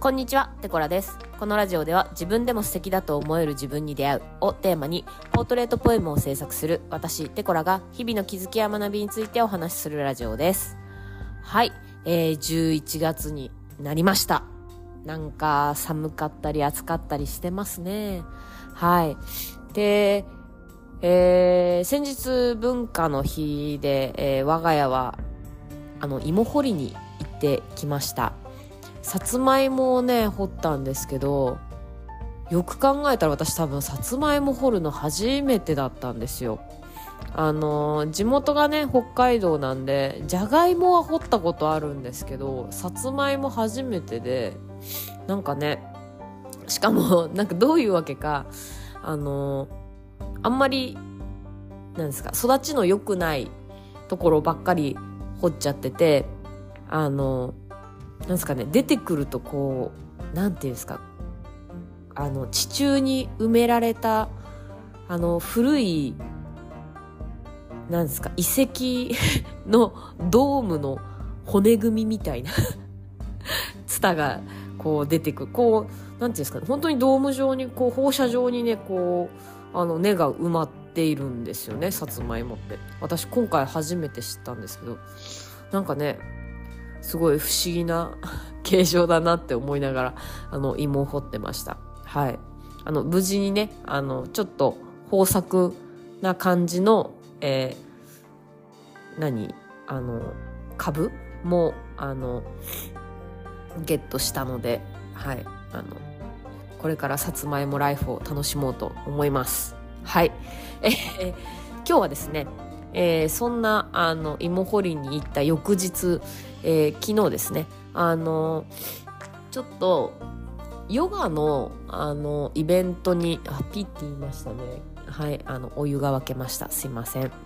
こんにちは、テコラです。このラジオでは自分でも素敵だと思える自分に出会うをテーマにポートレートポエムを制作する私、テコラが日々の気づきや学びについてお話しするラジオです。はい、11月になりました。なんか寒かったり暑かったりしてますね。はい。で、先日文化の日で、我が家は芋掘りに行ってきました。さつまいもをね掘ったんですけど、よく考えたら私多分さつまいも掘るの初めてだったんですよ。地元がね北海道なんでじゃがいもは掘ったことあるんですけど、さつまいも初めてで、なんかね、しかもなんかどういうわけかあんまりなんですか、育ちの良くないところばっかり掘っちゃってて、なんですかね、出てくるとこうなんていうんですか、地中に埋められた古いなんですか遺跡のドームの骨組みみたいなツタがこう出てくる、こうなんていうんですかね、本当にドーム状にこう放射状にねこう根が埋まっているんですよね、さつまいもって。私今回初めて知ったんですけど、なんかねすごい不思議な形状だなって思いながら芋を掘ってました。はい。無事にねちょっと豊作な感じの株もゲットしたので、はい、これからさつまいもライフを楽しもうと思います。はい。今日はですね、そんな芋掘りに行った翌日、昨日ですね、ちょっとヨガのイベントにピッて言いましたね。はい、お湯が沸けました。すいません。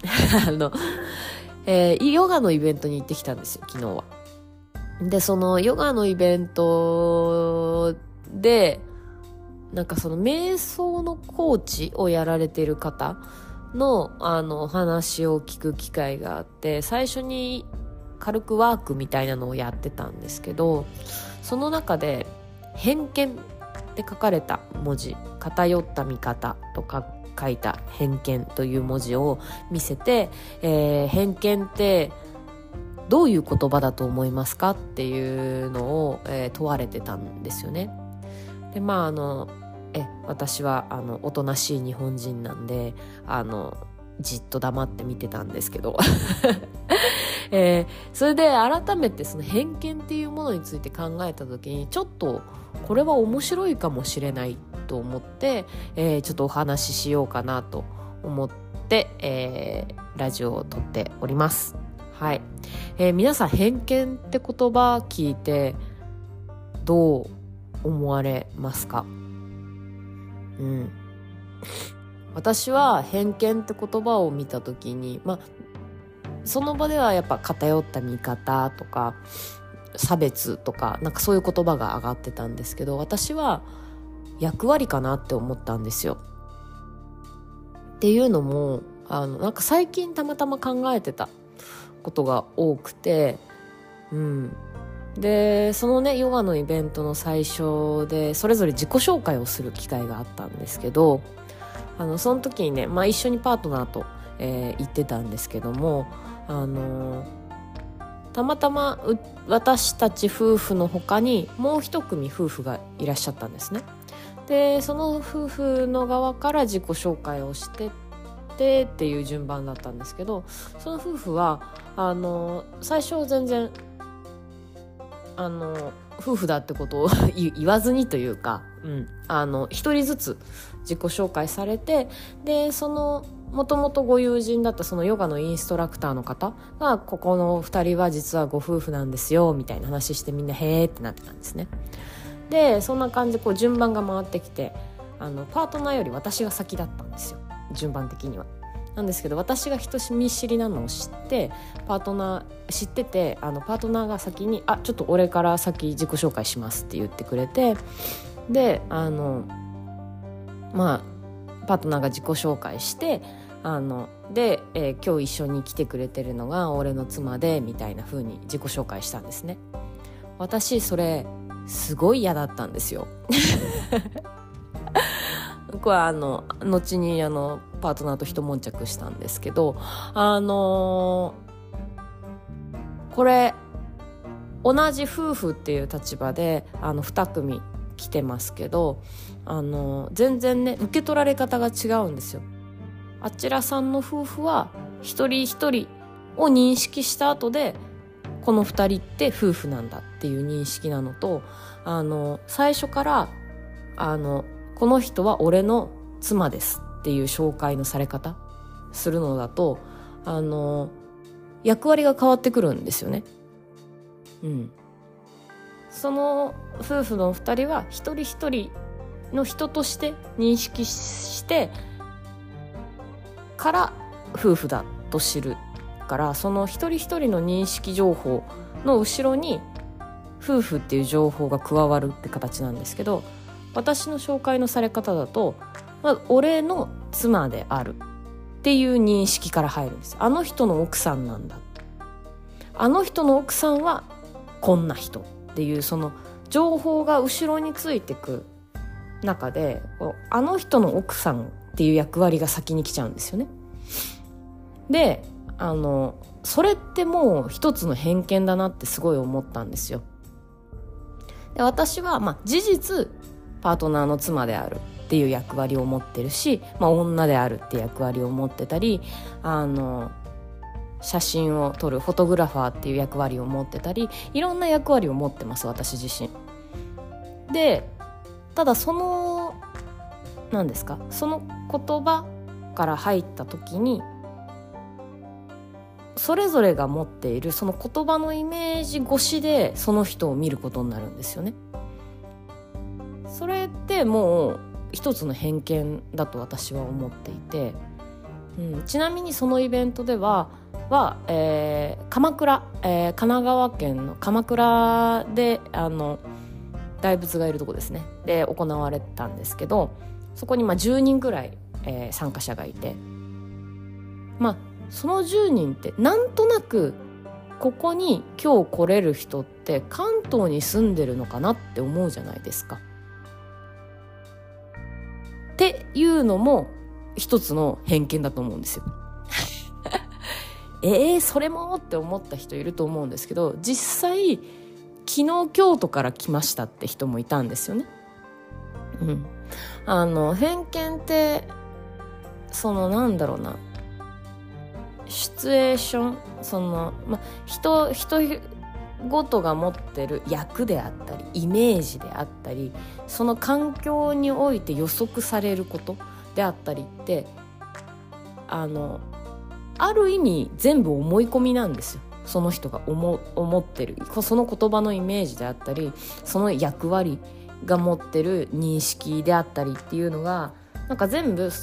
ヨガのイベントに行ってきたんですよ、昨日は。でそのヨガのイベントでなんかその瞑想のコーチをやられている方のお話を聞く機会があって、最初に軽くワークみたいなのをやってたんですけど、その中で偏見って書かれた文字、偏った見方とか書いた偏見という文字を見せて、偏見ってどういう言葉だと思いますかっていうのを、問われてたんですよね。で私はおとなしい日本人なんでじっと黙って見てたんですけど、それで改めてその偏見っていうものについて考えた時に、ちょっとこれは面白いかもしれないと思って、ちょっとお話ししようかなと思って、ラジオを撮っております。はい。皆さん偏見って言葉聞いてどう思われますか？私は偏見って言葉を見た時に、その場ではやっぱ偏った見方とか差別とかなんかそういう言葉が上がってたんですけど、私は役割かなって思ったんですよ。っていうのもなんか最近たまたま考えてたことが多くて、でそのねヨガのイベントの最初でそれぞれ自己紹介をする機会があったんですけど、その時にね、一緒にパートナーと、行ってたんですけども、たまたま私たち夫婦の他にもう一組夫婦がいらっしゃったんですね。でその夫婦の側から自己紹介をしてっていう順番だったんですけど、その夫婦は最初全然夫婦だってことを言わずにというか、一人ずつ自己紹介されて、でそのもともとご友人だったそのヨガのインストラクターの方が、ここの2人は実はご夫婦なんですよみたいな話して、みんなへーってなってたんですね。でそんな感じでこう順番が回ってきて、パートナーより私が先だったんですよ、順番的には。なんですけど、私が人見知りなのを知ってパートナーが先にちょっと俺から先自己紹介しますって言ってくれて、でパートナーが自己紹介してで、今日一緒に来てくれてるのが俺の妻でみたいな風に自己紹介したんですね。私それすごい嫌だったんですよこれは後にパートナーと一悶着したんですけど、これ同じ夫婦っていう立場で2組来てますけど、全然ね受け取られ方が違うんですよ。あちらさんの夫婦は一人一人を認識した後でこの2人って夫婦なんだっていう認識なのと、最初からこの人は俺の妻ですっていう紹介のされ方するのだと役割が変わってくるんですよね。その夫婦の2人は一人一人の人として認識してから夫婦だと知るから、その一人一人の認識情報の後ろに夫婦っていう情報が加わるって形なんですけど、私の紹介のされ方だと、俺の妻であるっていう認識から入るんです。あの人の奥さんなんだ、あの人の奥さんはこんな人っていう、その情報が後ろについてく中で、あの人の奥さんっていう役割が先に来ちゃうんですよね。でそれってもう一つの偏見だなってすごい思ったんですよ。で私は事実パートナーの妻であるっていう役割を持ってるし、女であるって役割を持ってたり、写真を撮るフォトグラファーっていう役割を持ってたり、いろんな役割を持ってます、私自身で。ただその言葉から入った時に、それぞれが持っているその言葉のイメージ越しでその人を見ることになるんですよね。それってもう一つの偏見だと私は思っていて、ちなみにそのイベントでは鎌倉、神奈川県の鎌倉で大仏がいるとこですねで行われたんですけど、そこに10人くらい、参加者がいて、その10人ってなんとなくここに今日来れる人って関東に住んでるのかなって思うじゃないですか。っていうのも一つの偏見だと思うんですよそれもって思った人いると思うんですけど、実際昨日京都から来ましたって人もいたんですよね。偏見ってシチュエーション、人ごとが持ってる役であったりイメージであったり、その環境において予測されることであったりってある意味全部思い込みなんですよ。その人が思ってるその言葉のイメージであったり、その役割が持ってる認識であったりっていうのが全部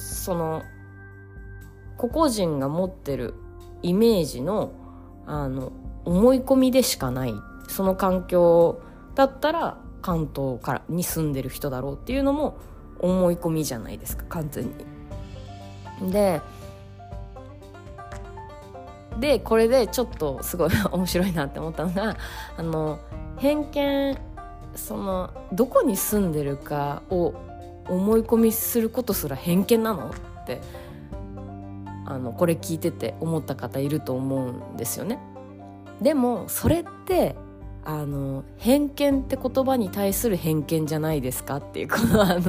個々人が持ってるイメージの思い込みでしかない。その環境だったら関東に住んでる人だろうっていうのも思い込みじゃないですか、完全に。でこれでちょっとすごい面白いなって思ったのが偏見、どこに住んでるかを思い込みすることすら偏見なのってこれ聞いてて思った方いると思うんですよね。でもそれって偏見って言葉に対する偏見じゃないですかっていう、この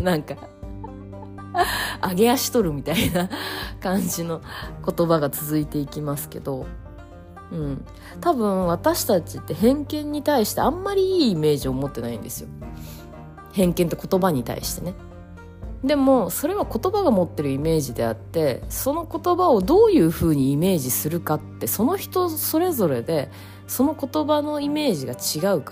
上げ足取るみたいな感じの言葉が続いていきますけど、多分私たちって偏見に対してあんまりいいイメージを持ってないんですよ。偏見って言葉に対してね。でもそれは言葉が持ってるイメージであって、その言葉をどういう風にイメージするかってその人それぞれでその言葉のイメージが違うから、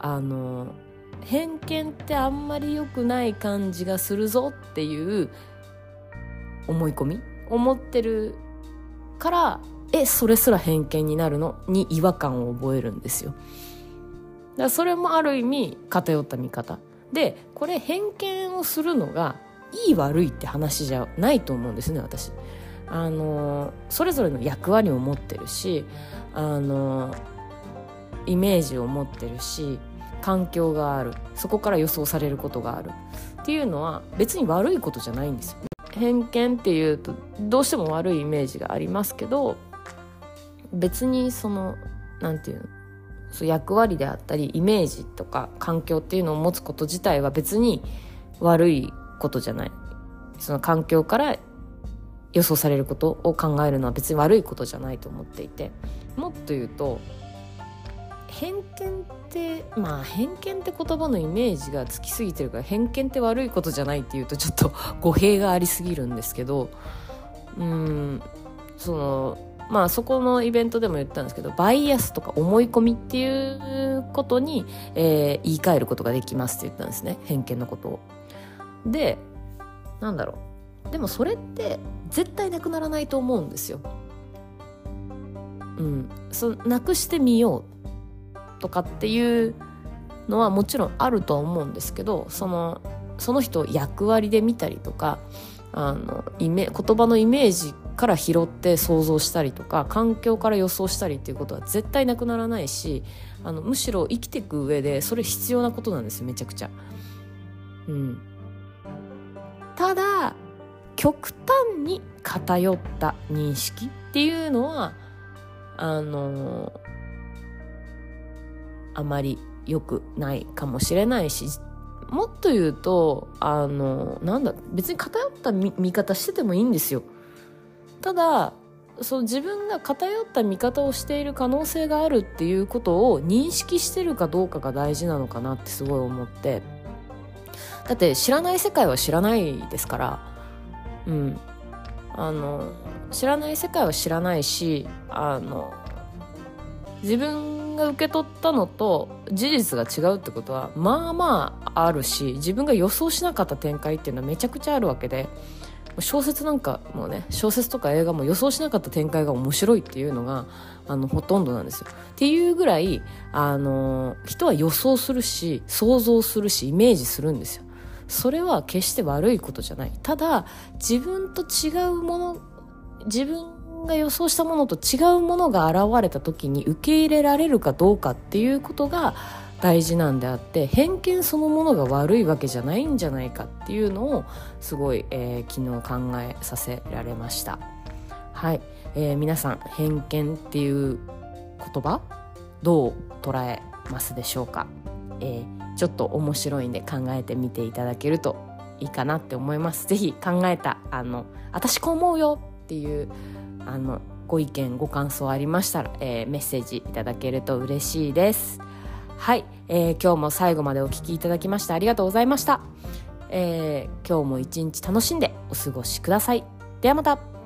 偏見ってあんまり良くない感じがするぞっていう思い込みを持ってるから、それすら偏見になるのに違和感を覚えるんですよ。だからそれもある意味偏った見方で、これ偏見をするのがいい悪いって話じゃないと思うんですね、私。それぞれの役割を持ってるし、イメージを持ってるし、 環境がある、そこから予想されることがあるっていうのは別に悪いことじゃないんですよね。偏見っていうとどうしても悪いイメージがありますけど、別になんていうの、役割であったりイメージとか環境っていうのを持つこと自体は別に悪いことじゃない。その環境から予想されることを考えるのは別に悪いことじゃないと思っていて、もっと言うと偏見って言葉のイメージがつきすぎてるから、偏見って悪いことじゃないっていうとちょっと語弊がありすぎるんですけど、そこのイベントでも言ったんですけど、バイアスとか思い込みっていうことに、言い換えることができますって言ったんですね、偏見のことを。で、でもそれって絶対なくならないと思うんですよ。なくしてみようとかっていうのはもちろんあるとは思うんですけど、その人を役割で見たりとか、言葉のイメージから拾って想像したりとか、環境から予想したりっていうことは絶対なくならないし、むしろ生きていく上でそれ必要なことなんですよ、めちゃくちゃ。ただ極端に偏った認識っていうのはあまり良くないかもしれないし、もっと言うと別に偏った見方しててもいいんですよ。ただ自分が偏った見方をしている可能性があるっていうことを認識してるかどうかが大事なのかなってすごい思って、だって知らない世界は知らないですから、知らない世界は知らないし、自分が受け取ったのと事実が違うってことはまあまああるし、自分が予想しなかった展開っていうのはめちゃくちゃあるわけで、小説なんかもね、小説とか映画も予想しなかった展開が面白いっていうのがほとんどなんですよ。っていうぐらい人は予想するし想像するしイメージするんですよ。それは決して悪いことじゃない。ただ自分と違うもの、自分が予想したものと違うものが現れた時に受け入れられるかどうかっていうことが大事なんであって、偏見そのものが悪いわけじゃないんじゃないかっていうのをすごい、昨日考えさせられました。はい、皆さん偏見っていう言葉どう捉えますでしょうか。ちょっと面白いんで考えてみていただけるといいかなって思います。ぜひ考えた私こう思うよっていうご意見ご感想ありましたら、メッセージいただけると嬉しいです。はい、今日も最後までお聞きいただきましてありがとうございました。今日も一日楽しんでお過ごしください。ではまた。